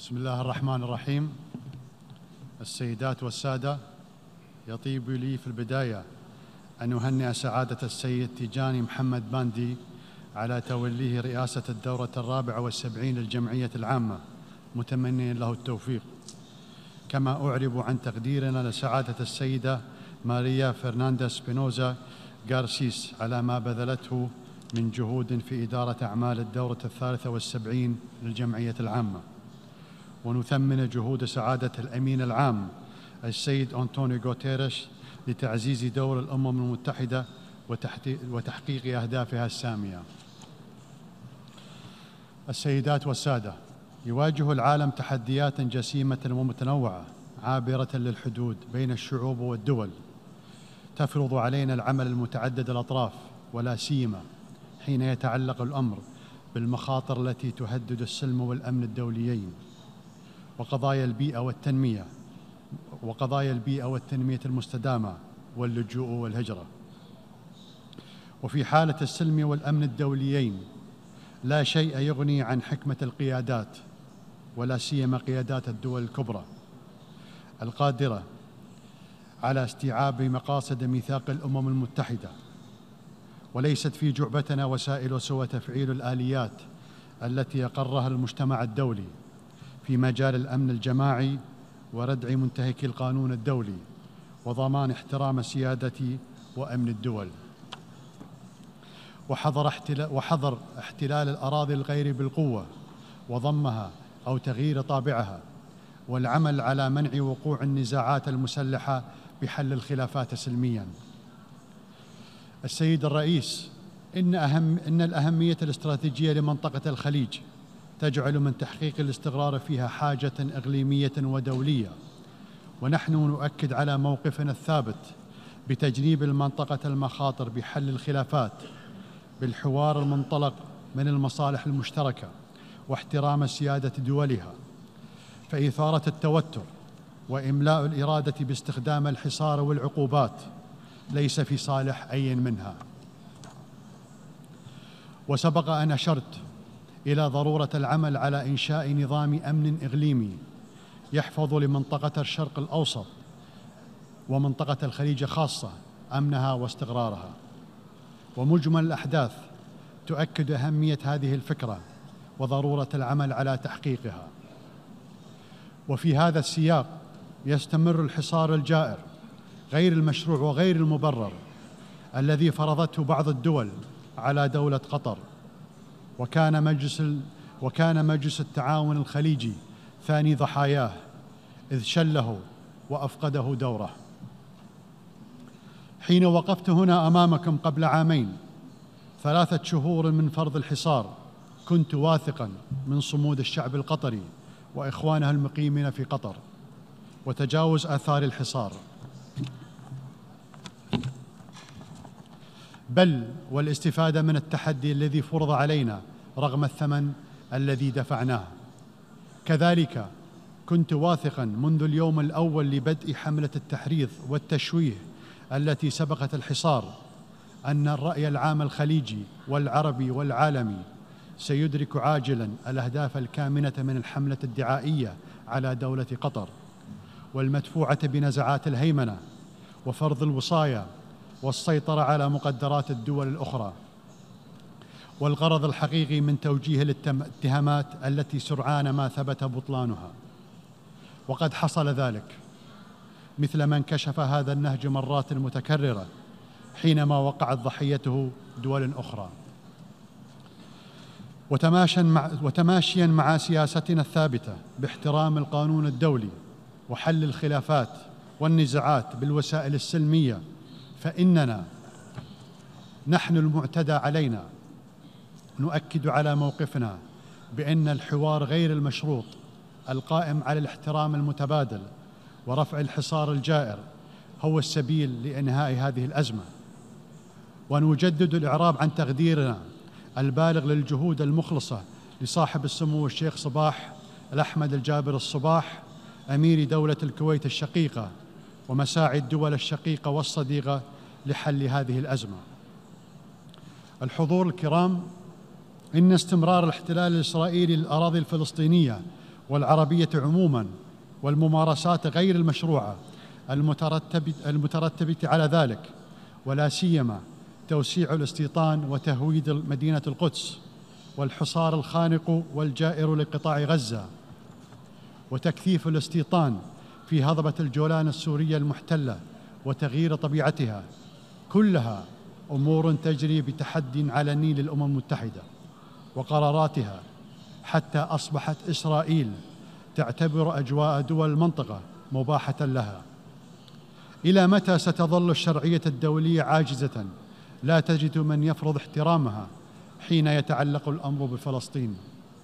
بسم الله الرحمن الرحيم. السيدات والسادة، يطيب لي في البداية أن أهنئ سعادة السيد تيجاني محمد باندي على توليه رئاسة الدورة 74 للجمعية العامة، متمنيا له التوفيق. كما أعرب عن تقديرنا لسعادة السيدة ماريا فرنانديز سبينوزا غارسيس على ما بذلته من جهود في إدارة أعمال الدورة 73 للجمعية العامة. ونثمن جهود سعادة الأمين العام السيد أنطونيو غوتيريش لتعزيز دور الأمم المتحدة وتحقيق أهدافها السامية. السيدات والسادة، يواجه العالم تحديات جسيمة ومتنوعة عابرة للحدود بين الشعوب والدول، تفرض علينا العمل المتعدد الأطراف، ولا سيما حين يتعلق الأمر بالمخاطر التي تهدد السلم والأمن الدوليين وقضايا البيئة والتنمية المستدامة واللجوء والهجرة. وفي حالة السلم والأمن الدوليين لا شيء يغني عن حكمة القيادات، ولا سيما قيادات الدول الكبرى القادرة على استيعاب مقاصد ميثاق الأمم المتحدة. وليست في جعبتنا وسائل سوى تفعيل الآليات التي أقرها المجتمع الدولي في مجال الأمن الجماعي وردع منتهكي القانون الدولي وضمان احترام سيادة وأمن الدول، وحظر احتلال الأراضي الغير بالقوة وضمها أو تغيير طابعها، والعمل على منع وقوع النزاعات المسلحة بحل الخلافات سلمياً. السيد الرئيس، إن الأهمية الاستراتيجية لمنطقة الخليج تجعل من تحقيق الاستقرار فيها حاجة إقليمية ودولية، ونحن نؤكد على موقفنا الثابت بتجنيب المنطقة المخاطر بحل الخلافات بالحوار المنطلق من المصالح المشتركة واحترام سيادة دولها. فإثارة التوتر وإملاء الإرادة باستخدام الحصار والعقوبات ليس في صالح أي منها. وسبق أن أشرت إلى ضرورة العمل على إنشاء نظام أمن إقليمي يحفظ لمنطقة الشرق الأوسط ومنطقة الخليج خاصة أمنها واستقرارها. ومجمل الأحداث تؤكد أهمية هذه الفكرة وضرورة العمل على تحقيقها. وفي هذا السياق يستمر الحصار الجائر غير المشروع وغير المبرر الذي فرضته بعض الدول على دولة قطر، وكان مجلس التعاون الخليجي ثاني ضحاياه إذ شله وأفقده دوره. حين وقفت هنا أمامكم قبل عامين 3 شهور من فرض الحصار، كنت واثقاً من صمود الشعب القطري وإخوانه المقيمين في قطر وتجاوز آثار الحصار، بل والاستفادة من التحدي الذي فرض علينا رغم الثمن الذي دفعناه. كذلك كنت واثقاً منذ اليوم الأول لبدء حملة التحريض والتشويه التي سبقت الحصار أن الرأي العام الخليجي والعربي والعالمي سيدرك عاجلاً الأهداف الكامنة من الحملة الدعائية على دولة قطر والمدفوعة بنزعات الهيمنة وفرض الوصاية والسيطرة على مقدرات الدول الأخرى، والغرض الحقيقي من توجيه الاتهامات التي سرعان ما ثبت بطلانها. وقد حصل ذلك مثل ما انكشف هذا النهج مرات متكررة حينما وقعت ضحيته دول أخرى. وتماشياً مع سياستنا الثابتة باحترام القانون الدولي وحل الخلافات والنزاعات بالوسائل السلمية، فإننا نحن المعتدى علينا نؤكد على موقفنا بأن الحوار غير المشروط القائم على الاحترام المتبادل ورفع الحصار الجائر هو السبيل لإنهاء هذه الأزمة. ونجدد الإعراب عن تقديرنا البالغ للجهود المخلصة لصاحب السمو الشيخ صباح الأحمد الجابر الصباح أمير دولة الكويت الشقيقة ومساعي الدول الشقيقة والصديقة لحل هذه الأزمة. الحضور الكرام، إن استمرار الاحتلال الإسرائيلي للأراضي الفلسطينية والعربية عموماً، والممارسات غير المشروعة المترتبة على ذلك، ولا سيما توسيع الاستيطان وتهويد مدينة القدس، والحصار الخانق والجائر لقطاع غزة، وتكثيف الاستيطان في هضبة الجولان السورية المحتلة وتغيير طبيعتها، كلها أمور تجري بتحد علني للأمم المتحدة وقراراتها، حتى أصبحت إسرائيل تعتبر أجواء دول المنطقة مباحة لها. إلى متى ستظل الشرعية الدولية عاجزة لا تجد من يفرض احترامها حين يتعلق الأمر بفلسطين؟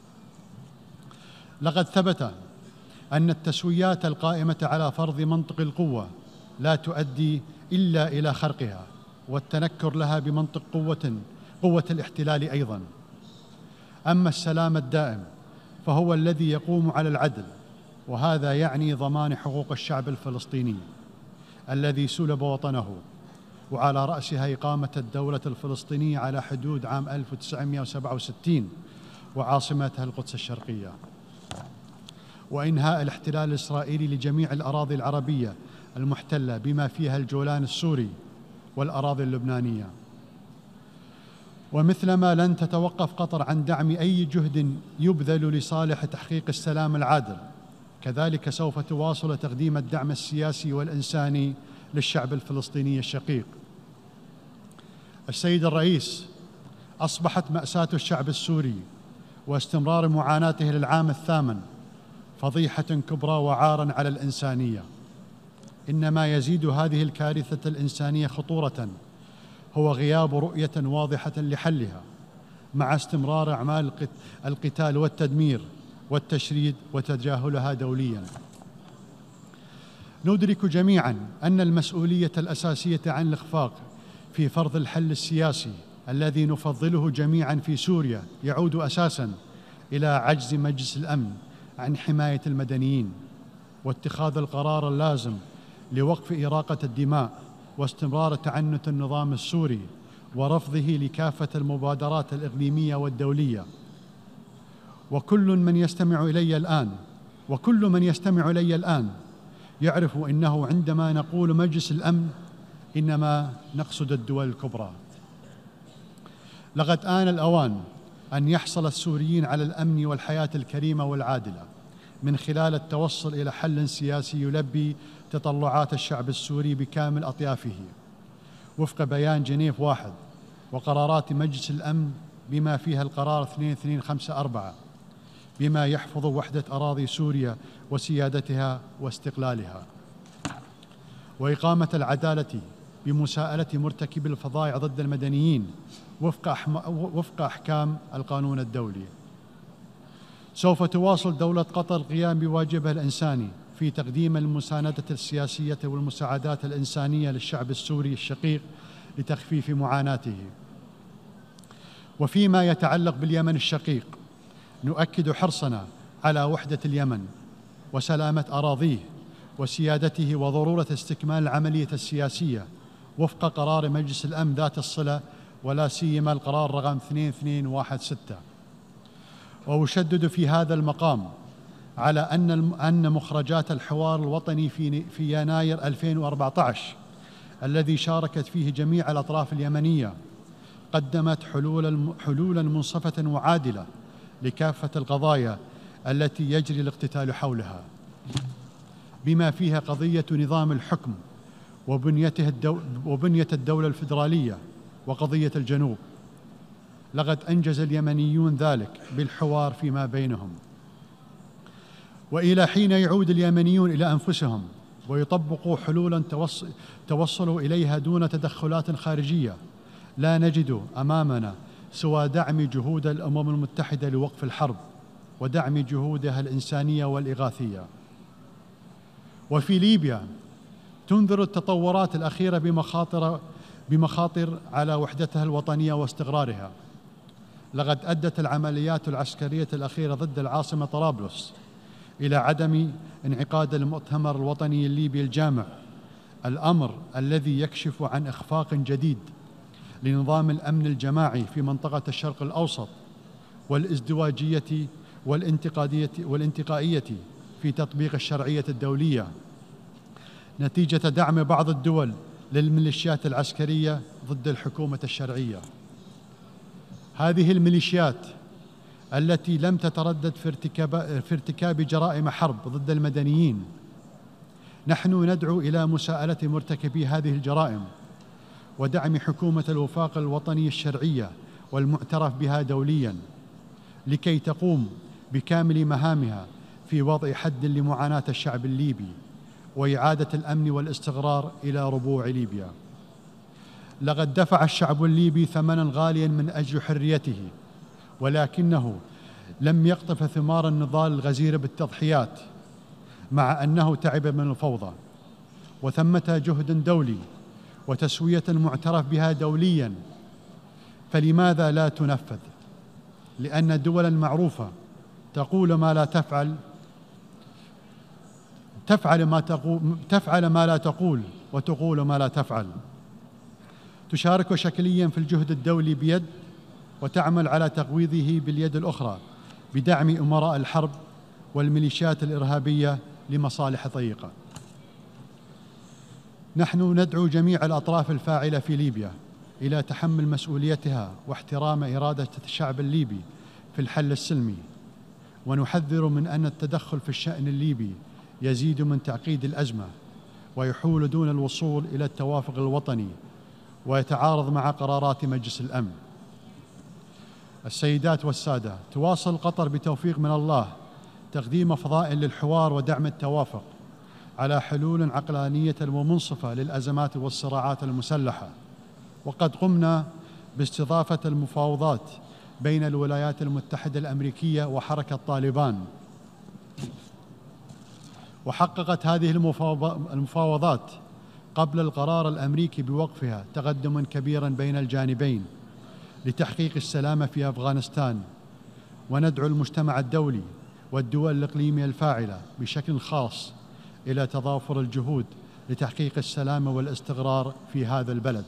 لقد ثبت أن التسويات القائمة على فرض منطق القوة لا تؤدي إلا إلى خرقها والتنكر لها بمنطق قوة الاحتلال أيضاً. أما السلام الدائم فهو الذي يقوم على العدل، وهذا يعني ضمان حقوق الشعب الفلسطيني الذي سلب وطنه، وعلى رأسها إقامة الدولة الفلسطينية على حدود عام 1967 وعاصمتها القدس الشرقية، وإنهاء الاحتلال الإسرائيلي لجميع الأراضي العربية المحتلة بما فيها الجولان السوري والأراضي اللبنانية. ومثلما لن تتوقف قطر عن دعم أي جهد يبذل لصالح تحقيق السلام العادل، كذلك سوف تواصل تقديم الدعم السياسي والإنساني للشعب الفلسطيني الشقيق. السيد الرئيس، أصبحت مأساة الشعب السوري واستمرار معاناته للعام الثامن فضيحة كبرى وعاراً على الإنسانية. إنما يزيد هذه الكارثة الإنسانية خطورة هو غياب رؤية واضحة لحلها، مع استمرار أعمال القتال والتدمير والتشريد وتجاهلها دولياً. ندرك جميعاً أن المسؤولية الأساسية عن الإخفاق في فرض الحل السياسي الذي نفضله جميعاً في سوريا يعود أساساً إلى عجز مجلس الأمن عن حماية المدنيين واتخاذ القرار اللازم لوقف إراقة الدماء واستمرار تعنت النظام السوري ورفضه لكافة المبادرات الإقليمية والدولية. وكل من يستمع إلي الآن يعرف أنه عندما نقول مجلس الأمن إنما نقصد الدول الكبرى. لقد آن الأوان أن يحصل السوريين على الأمن والحياة الكريمة والعادلة من خلال التوصل إلى حل سياسي يلبي تطلعات الشعب السوري بكامل أطيافه وفق بيان جنيف 1 وقرارات مجلس الأمن بما فيها القرار 2254 بما يحفظ وحدة أراضي سوريا وسيادتها واستقلالها، وإقامة العدالة بمساءلة مرتكب الفظائع ضد المدنيين وفق أحكام القانون الدولي. سوف تواصل دولة قطر القيام بواجبها الإنساني في تقديم المساندة السياسية والمساعدات الإنسانية للشعب السوري الشقيق لتخفيف معاناته. وفيما يتعلق باليمن الشقيق نؤكد حرصنا على وحدة اليمن وسلامة أراضيه وسيادته وضرورة استكمال العملية السياسية وفق قرار مجلس الأمن ذات الصلة ولا سيما القرار رقم 2216. وأشدد في هذا المقام على أن مخرجات الحوار الوطني في يناير 2014 الذي شاركت فيه جميع الأطراف اليمنية قدمت حلولا منصفة وعادلة لكافة القضايا التي يجري الاقتتال حولها، بما فيها قضية نظام الحكم وبنية الدولة الفيدرالية وقضية الجنوب. لقد أنجز اليمنيون ذلك بالحوار فيما بينهم. وإلى حين يعود اليمنيون إلى أنفسهم ويطبقوا حلولا توصلوا إليها دون تدخلات خارجية، لا نجد أمامنا سوى دعم جهود الأمم المتحدة لوقف الحرب ودعم جهودها الإنسانية والإغاثية. وفي ليبيا تنذر التطورات الأخيرة بمخاطر على وحدتها الوطنية واستقرارها. لقد أدت العمليات العسكرية الأخيرة ضد العاصمة طرابلس إلى عدم انعقاد المؤتمر الوطني الليبي الجامع، الأمر الذي يكشف عن إخفاق جديد لنظام الأمن الجماعي في منطقة الشرق الأوسط والازدواجية والانتقائية في تطبيق الشرعية الدولية نتيجة دعم بعض الدول للميليشيات العسكرية ضد الحكومة الشرعية. هذه الميليشيات التي لم تتردد في ارتكاب جرائم حرب ضد المدنيين، نحن ندعو إلى مساءلة مرتكبي هذه الجرائم ودعم حكومة الوفاق الوطني الشرعية والمعترف بها دولياً لكي تقوم بكامل مهامها في وضع حد لمعاناة الشعب الليبي وإعادة الأمن والاستقرار إلى ربوع ليبيا. لقد دفع الشعب الليبي ثمناً غالياً من أجل حريته، ولكنه لم يقطف ثمار النضال الغزير بالتضحيات، مع أنه تعب من الفوضى. وثمة جهد دولي وتسوية معترف بها دولياً، فلماذا لا تنفذ؟ لأن الدول المعروفة تقول ما لا تفعل، تفعل ما لا تقول وتقول ما لا تفعل. تشارك شكلياً في الجهد الدولي بيد، وتعمل على تقويضه باليد الأخرى بدعم أمراء الحرب والميليشيات الإرهابية لمصالح ضيقة. نحن ندعو جميع الأطراف الفاعلة في ليبيا إلى تحمل مسؤوليتها واحترام إرادة الشعب الليبي في الحل السلمي، ونحذر من أن التدخل في الشأن الليبي يزيد من تعقيد الأزمة ويحول دون الوصول إلى التوافق الوطني ويتعارض مع قرارات مجلس الأمن. السيدات والسادة، تواصل قطر بتوفيق من الله تقديم فضائل للحوار ودعم التوافق على حلول عقلانية ومنصفة للأزمات والصراعات المسلحة، وقد قمنا باستضافة المفاوضات بين الولايات المتحدة الأمريكية وحركة طالبان، وحققت هذه المفاوضات قبل القرار الأمريكي بوقفها تقدماً كبيراً بين الجانبين لتحقيق السلام في أفغانستان. وندعو المجتمع الدولي والدول الإقليمية الفاعلة بشكل خاص إلى تضافر الجهود لتحقيق السلام والاستقرار في هذا البلد.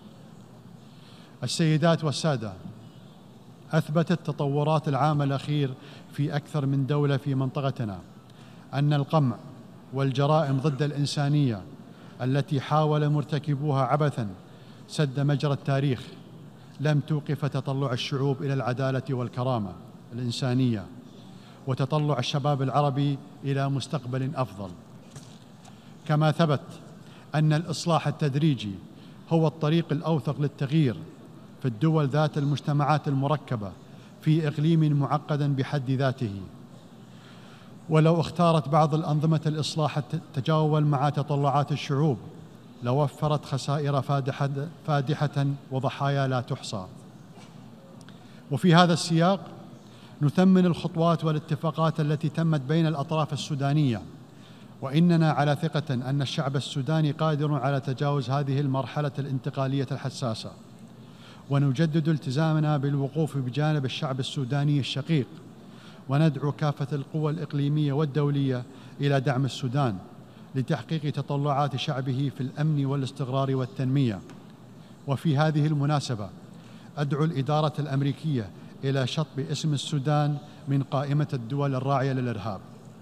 السيدات والسادة، أثبتت التطورات العام الأخير في أكثر من دولة في منطقتنا أن القمع والجرائم ضد الإنسانية التي حاول مرتكبوها عبثاً سد مجرى التاريخ لم توقف تطلع الشعوب إلى العدالة والكرامة الإنسانية وتطلع الشباب العربي إلى مستقبل أفضل. كما ثبت أن الإصلاح التدريجي هو الطريق الأوثق للتغيير في الدول ذات المجتمعات المركبة في إقليم معقد بحد ذاته. ولو اختارت بعض الأنظمة الإصلاح التجاوب مع تطلعات الشعوب لوفرت خسائر فادحة وضحايا لا تحصى. وفي هذا السياق نثمن الخطوات والاتفاقات التي تمت بين الأطراف السودانية، وإننا على ثقة أن الشعب السوداني قادر على تجاوز هذه المرحلة الانتقالية الحساسة، ونجدد التزامنا بالوقوف بجانب الشعب السوداني الشقيق، وندعو كافة القوى الإقليمية والدولية إلى دعم السودان لتحقيق تطلعات شعبه في الأمن والاستقرار والتنمية. وفي هذه المناسبة أدعو الإدارة الأمريكية إلى شطب اسم السودان من قائمة الدول الراعية للإرهاب.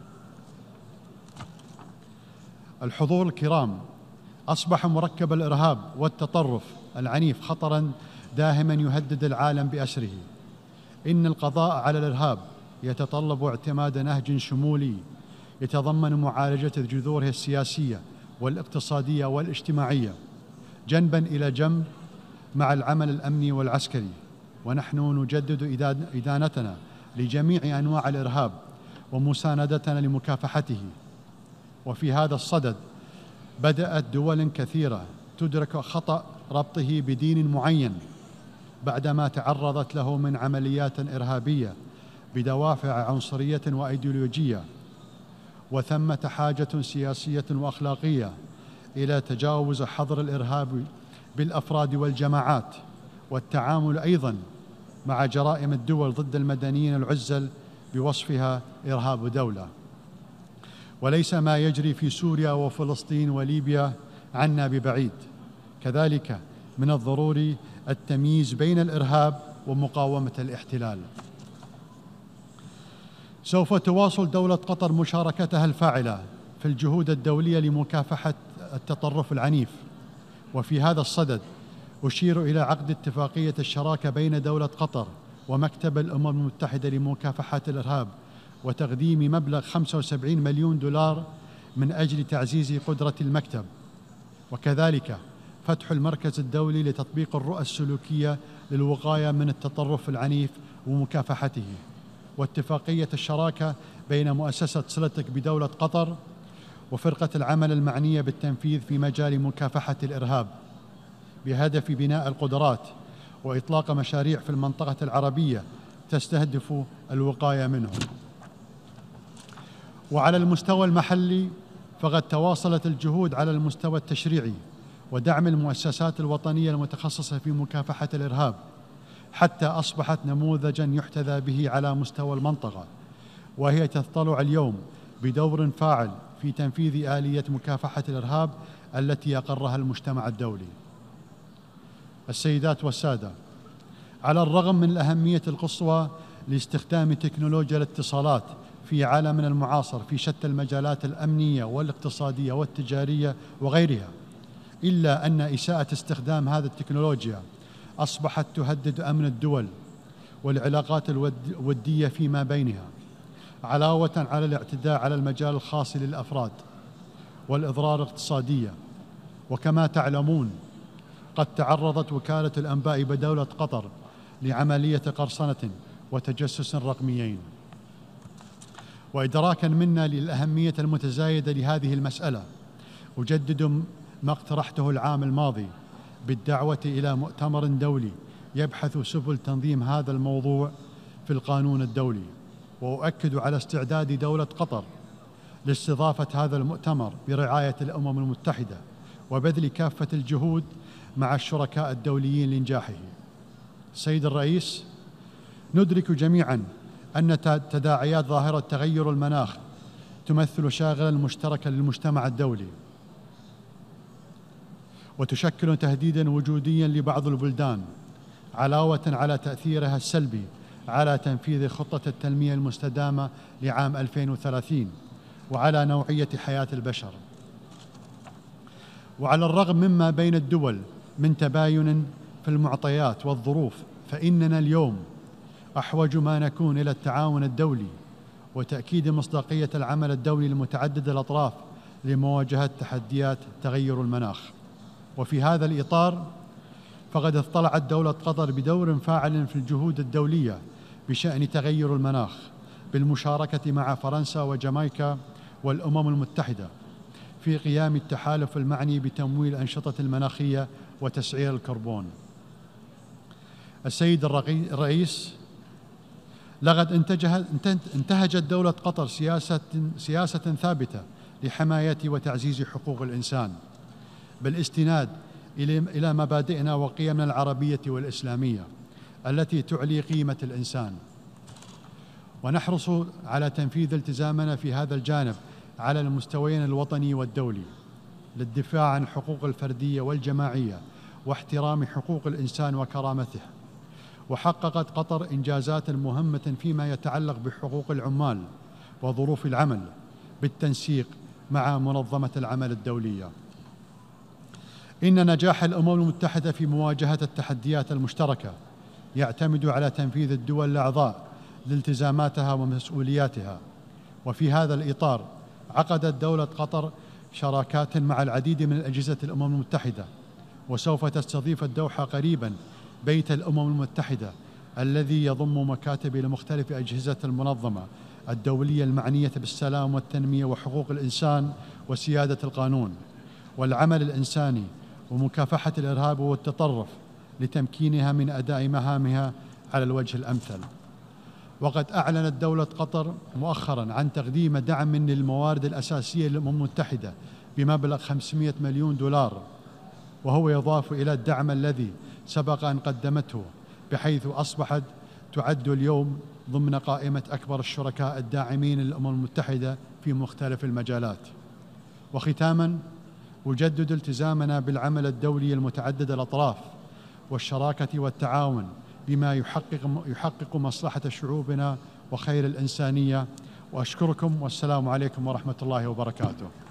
الحضور الكرام، أصبح مركب الإرهاب والتطرف العنيف خطراً داهماً يهدد العالم بأسره. إن القضاء على الإرهاب يتطلب اعتماد نهج شمولي يتضمن معالجة جذوره السياسية والاقتصادية والاجتماعية جنباً إلى جنب مع العمل الأمني والعسكري. ونحن نجدد إدانتنا لجميع أنواع الإرهاب ومساندتنا لمكافحته. وفي هذا الصدد بدأت دول كثيرة تدرك خطأ ربطه بدين معين بعدما تعرضت له من عمليات إرهابية بدوافع عنصرية وأيديولوجية. وثمة حاجة سياسية وأخلاقية إلى تجاوز حظر الإرهاب بالأفراد والجماعات، والتعامل أيضاً مع جرائم الدول ضد المدنيين العزل بوصفها إرهاب دولة. وليس ما يجري في سوريا وفلسطين وليبيا عنا ببعيد. كذلك من الضروري التمييز بين الإرهاب ومقاومة الاحتلال. سوف تواصل دولة قطر مشاركتها الفاعلة في الجهود الدولية لمكافحة التطرف العنيف، وفي هذا الصدد أشير إلى عقد اتفاقية الشراكة بين دولة قطر ومكتب الأمم المتحدة لمكافحة الإرهاب وتقديم مبلغ 75 مليون دولار من أجل تعزيز قدرة المكتب، وكذلك فتح المركز الدولي لتطبيق الرؤى السلوكية للوقاية من التطرف العنيف ومكافحته، واتفاقية الشراكة بين مؤسسة صلتك بدولة قطر وفرقة العمل المعنية بالتنفيذ في مجال مكافحة الإرهاب بهدف بناء القدرات وإطلاق مشاريع في المنطقة العربية تستهدف الوقاية منه. وعلى المستوى المحلي فقد تواصلت الجهود على المستوى التشريعي ودعم المؤسسات الوطنية المتخصصة في مكافحة الإرهاب حتى أصبحت نموذجاً يحتذى به على مستوى المنطقة، وهي تتطلع اليوم بدور فاعل في تنفيذ آلية مكافحة الإرهاب التي أقرها المجتمع الدولي. السيدات والسادة، على الرغم من الأهمية القصوى لاستخدام تكنولوجيا الاتصالات في عالمنا المعاصر في شتى المجالات الأمنية والاقتصادية والتجارية وغيرها، إلا أن إساءة استخدام هذه التكنولوجيا أصبحت تهدد أمن الدول والعلاقات الودية فيما بينها، علاوة على الاعتداء على المجال الخاص للأفراد والإضرار الاقتصادية. وكما تعلمون قد تعرضت وكالة الأنباء بدولة قطر لعملية قرصنة وتجسس رقميين. وإدراكاً منا للأهمية المتزايدة لهذه المسألة، أجدد ما اقترحته العام الماضي بالدعوة إلى مؤتمر دولي يبحث سبل تنظيم هذا الموضوع في القانون الدولي، وأؤكد على استعداد دولة قطر لاستضافة هذا المؤتمر برعاية الأمم المتحدة وبذل كافة الجهود مع الشركاء الدوليين لإنجاحه. سيد الرئيس، ندرك جميعاً أن تداعيات ظاهرة تغير المناخ تمثل شاغلاً مشتركاً للمجتمع الدولي، وتشكل تهديداً وجودياً لبعض البلدان، علاوة على تأثيرها السلبي على تنفيذ خطة التنمية المستدامة لعام 2030 وعلى نوعية حياة البشر. وعلى الرغم مما بين الدول من تباين في المعطيات والظروف، فإننا اليوم أحوج ما نكون إلى التعاون الدولي وتأكيد مصداقية العمل الدولي المتعدد الأطراف لمواجهة تحديات تغير المناخ. وفي هذا الإطار فقد اطلعت دولة قطر بدور فاعل في الجهود الدولية بشأن تغير المناخ بالمشاركة مع فرنسا وجامايكا والأمم المتحدة في قيام التحالف المعني بتمويل الأنشطة المناخية وتسعير الكربون. السيد الرئيس، لقد انتهجت دولة قطر سياسة ثابتة لحماية وتعزيز حقوق الإنسان بالاستناد إلى مبادئنا وقيمنا العربية والإسلامية التي تعلي قيمة الإنسان، ونحرص على تنفيذ التزامنا في هذا الجانب على المستويين الوطني والدولي للدفاع عن حقوق الفردية والجماعية واحترام حقوق الإنسان وكرامته. وحققت قطر إنجازات مهمة فيما يتعلق بحقوق العمال وظروف العمل بالتنسيق مع منظمة العمل الدولية. إن نجاح الأمم المتحدة في مواجهة التحديات المشتركة يعتمد على تنفيذ الدول الأعضاء لالتزاماتها ومسؤولياتها، وفي هذا الإطار عقدت دولة قطر شراكات مع العديد من أجهزة الأمم المتحدة، وسوف تستضيف الدوحة قريباً بيت الأمم المتحدة الذي يضم مكاتب لمختلف أجهزة المنظمة الدولية المعنية بالسلام والتنمية وحقوق الإنسان وسيادة القانون والعمل الإنساني ومكافحة الإرهاب والتطرف لتمكينها من أداء مهامها على الوجه الأمثل. وقد أعلنت دولة قطر مؤخراً عن تقديم دعم للموارد الأساسية للأمم المتحدة بمبلغ 500 مليون دولار، وهو يضاف إلى الدعم الذي سبق أن قدمته، بحيث أصبحت تعد اليوم ضمن قائمة أكبر الشركاء الداعمين للأمم المتحدة في مختلف المجالات. وختاماً، أجدد التزامنا بالعمل الدولي المتعدد الأطراف والشراكة والتعاون بما يحقق مصلحة شعوبنا وخير الإنسانية. وأشكركم والسلام عليكم ورحمة الله وبركاته.